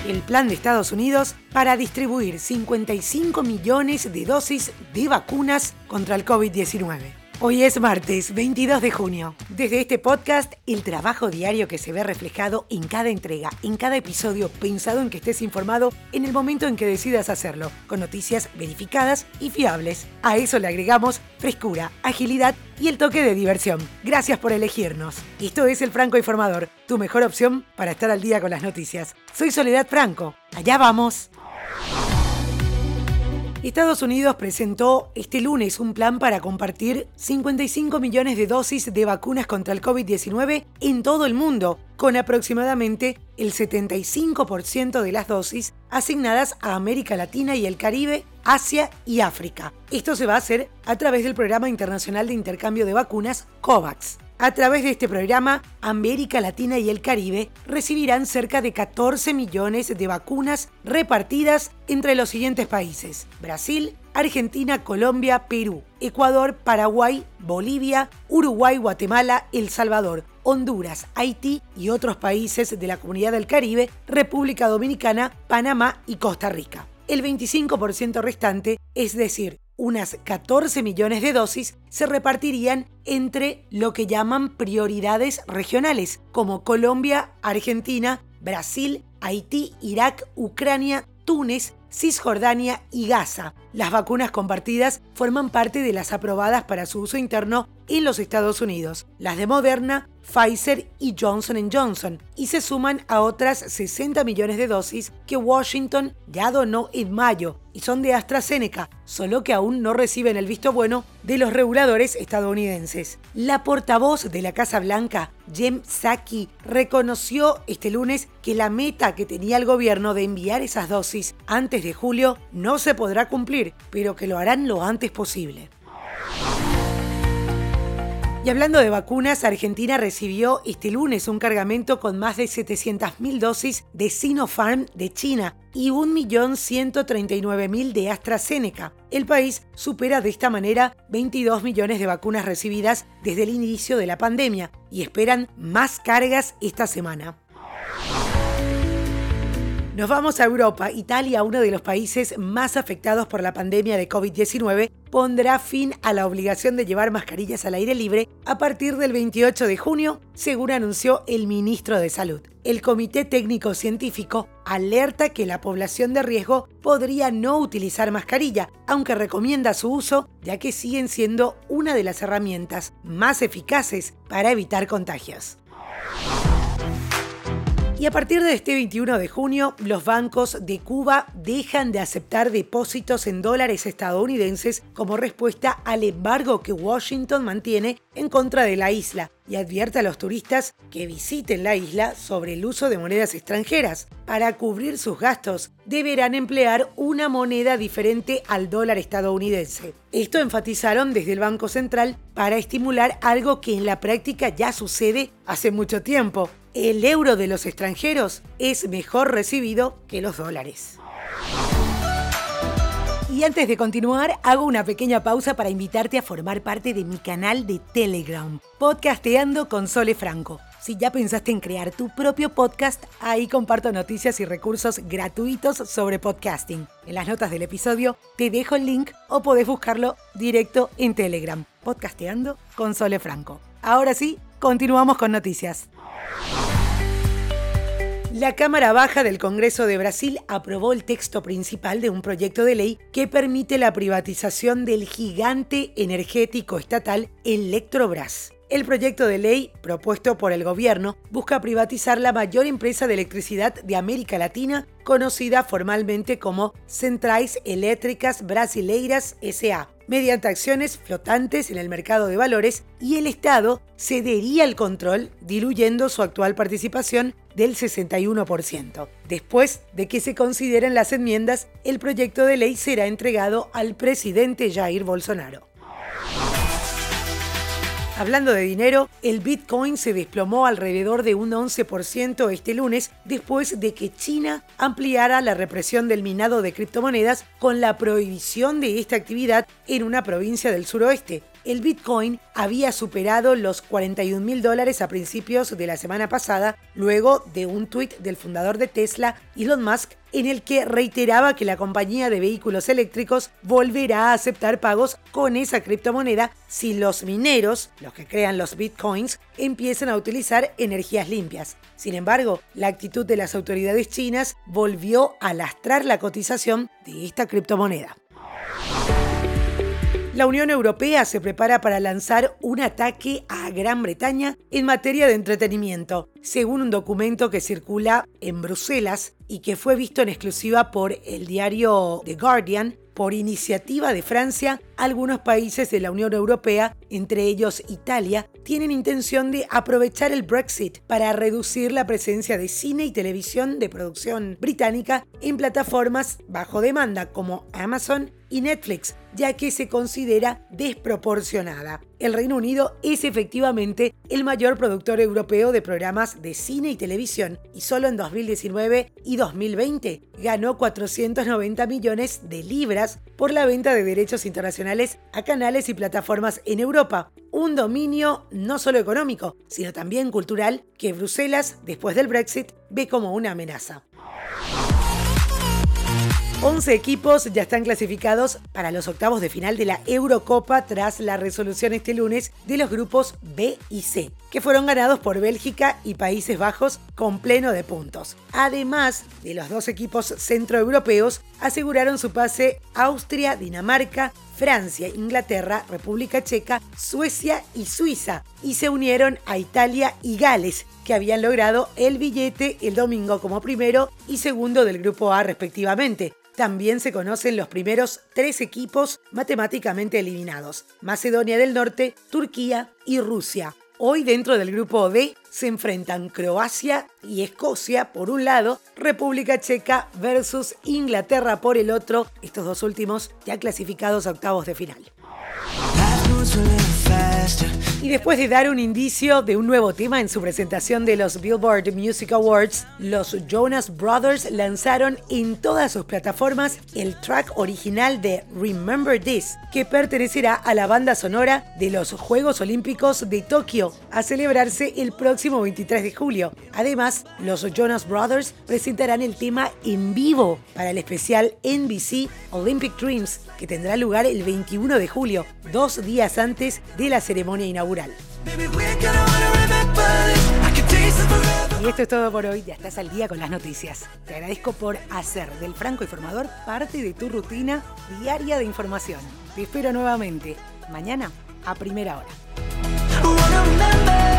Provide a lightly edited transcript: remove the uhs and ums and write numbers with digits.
el plan de Estados Unidos para distribuir 55 millones de dosis de vacunas contra el COVID-19. Hoy es martes 22 de junio. Desde este podcast, el trabajo diario que se ve reflejado en cada entrega, en cada episodio, pensado en que estés informado en el momento en que decidas hacerlo, con noticias verificadas y fiables. A eso le agregamos frescura, agilidad y el toque de diversión. Gracias por elegirnos. Esto es El Franco Informador, tu mejor opción para estar al día con las noticias. Soy Soledad Franco. Allá vamos. Estados Unidos presentó este lunes un plan para compartir 55 millones de dosis de vacunas contra el COVID-19 en todo el mundo, con aproximadamente el 75% de las dosis asignadas a América Latina y el Caribe, Asia y África. Esto se va a hacer a través del Programa Internacional de Intercambio de Vacunas, COVAX. A través de este programa, América Latina y el Caribe recibirán cerca de 14 millones de vacunas repartidas entre los siguientes países: Brasil, Argentina, Colombia, Perú, Ecuador, Paraguay, Bolivia, Uruguay, Guatemala, El Salvador, Honduras, Haití y otros países de la Comunidad del Caribe, República Dominicana, Panamá y Costa Rica. El 25% restante, es decir, unas 14 millones de dosis, se repartirían entre lo que llaman prioridades regionales, como Colombia, Argentina, Brasil, Haití, Irak, Ucrania, Túnez, Cisjordania y Gaza. Las vacunas compartidas forman parte de las aprobadas para su uso interno en los Estados Unidos, las de Moderna, Pfizer y Johnson & Johnson, y se suman a otras 60 millones de dosis que Washington ya donó en mayo y son de AstraZeneca, solo que aún no reciben el visto bueno de los reguladores estadounidenses. La portavoz de la Casa Blanca, Jen Psaki, reconoció este lunes que la meta que tenía el gobierno de enviar esas dosis antes de julio no se podrá cumplir, pero que lo harán lo antes posible. Y hablando de vacunas, Argentina recibió este lunes un cargamento con más de 700.000 dosis de Sinopharm de China y 1.139.000 de AstraZeneca. El país supera de esta manera 22 millones de vacunas recibidas desde el inicio de la pandemia y esperan más cargas esta semana. Nos vamos a Europa. Italia, uno de los países más afectados por la pandemia de COVID-19, pondrá fin a la obligación de llevar mascarillas al aire libre a partir del 28 de junio, según anunció el ministro de Salud. El Comité Técnico Científico alerta que la población de riesgo podría no utilizar mascarilla, aunque recomienda su uso, ya que siguen siendo una de las herramientas más eficaces para evitar contagios. Y a partir de este 21 de junio, los bancos de Cuba dejan de aceptar depósitos en dólares estadounidenses como respuesta al embargo que Washington mantiene en contra de la isla y advierte a los turistas que visiten la isla sobre el uso de monedas extranjeras. Para cubrir sus gastos, deberán emplear una moneda diferente al dólar estadounidense. Esto enfatizaron desde el Banco Central para estimular algo que en la práctica ya sucede hace mucho tiempo. El euro de los extranjeros es mejor recibido que los dólares. Y antes de continuar, hago una pequeña pausa para invitarte a formar parte de mi canal de Telegram, Podcasteando con Sole Franco. Si ya pensaste en crear tu propio podcast, ahí comparto noticias y recursos gratuitos sobre podcasting. En las notas del episodio te dejo el link o podés buscarlo directo en Telegram, Podcasteando con Sole Franco. Ahora sí, continuamos con noticias. La Cámara Baja del Congreso de Brasil aprobó el texto principal de un proyecto de ley que permite la privatización del gigante energético estatal Eletrobras. El proyecto de ley, propuesto por el gobierno, busca privatizar la mayor empresa de electricidad de América Latina, conocida formalmente como Centrais Elétricas Brasileiras S.A., mediante acciones flotantes en el mercado de valores, y el Estado cedería el control, diluyendo su actual participación del 61%. Después de que se consideren las enmiendas, el proyecto de ley será entregado al presidente Jair Bolsonaro. Hablando de dinero, el Bitcoin se desplomó alrededor de un 11% este lunes después de que China ampliara la represión del minado de criptomonedas con la prohibición de esta actividad en una provincia del suroeste. El Bitcoin había superado los $41.000 a principios de la semana pasada, luego de un tuit del fundador de Tesla, Elon Musk, en el que reiteraba que la compañía de vehículos eléctricos volverá a aceptar pagos con esa criptomoneda si los mineros, los que crean los Bitcoins, empiezan a utilizar energías limpias. Sin embargo, la actitud de las autoridades chinas volvió a lastrar la cotización de esta criptomoneda. La Unión Europea se prepara para lanzar un ataque a Gran Bretaña en materia de entretenimiento, según un documento que circula en Bruselas y que fue visto en exclusiva por el diario The Guardian. Por iniciativa de Francia, algunos países de la Unión Europea, entre ellos Italia, tienen intención de aprovechar el Brexit para reducir la presencia de cine y televisión de producción británica en plataformas bajo demanda como Amazon y Netflix, ya que se considera desproporcionada. El Reino Unido es efectivamente el mayor productor europeo de programas de cine y televisión y solo en 2019 y 2020 ganó 490 millones de libras por la venta de derechos internacionales a canales y plataformas en Europa. Un dominio no solo económico, sino también cultural que Bruselas, después del Brexit, ve como una amenaza. 11 equipos ya están clasificados para los octavos de final de la Eurocopa tras la resolución este lunes de los grupos B y C, que fueron ganados por Bélgica y Países Bajos con pleno de puntos. Además de los 2 equipos centroeuropeos, aseguraron su pase Austria, Dinamarca, Francia, Inglaterra, República Checa, Suecia y Suiza, y se unieron a Italia y Gales, que habían logrado el billete el domingo como primero y segundo del grupo A respectivamente. También se conocen los primeros 3 equipos matemáticamente eliminados: Macedonia del Norte, Turquía y Rusia. Hoy dentro del grupo D se enfrentan Croacia y Escocia por un lado, República Checa versus Inglaterra por el otro, estos 2 últimos ya clasificados a octavos de final. Y después de dar un indicio de un nuevo tema en su presentación de los Billboard Music Awards, los Jonas Brothers lanzaron en todas sus plataformas el track original de Remember This, que pertenecerá a la banda sonora de los Juegos Olímpicos de Tokio, a celebrarse el próximo 23 de julio. Además, los Jonas Brothers presentarán el tema en vivo para el especial NBC Olympic Dreams, que tendrá lugar el 21 de julio, 2 días antes de la ceremonia inaugural. Y esto es todo por hoy. Ya estás al día con las noticias. Te agradezco por hacer del Franco Informador parte de tu rutina diaria de información. Te espero nuevamente mañana a primera hora.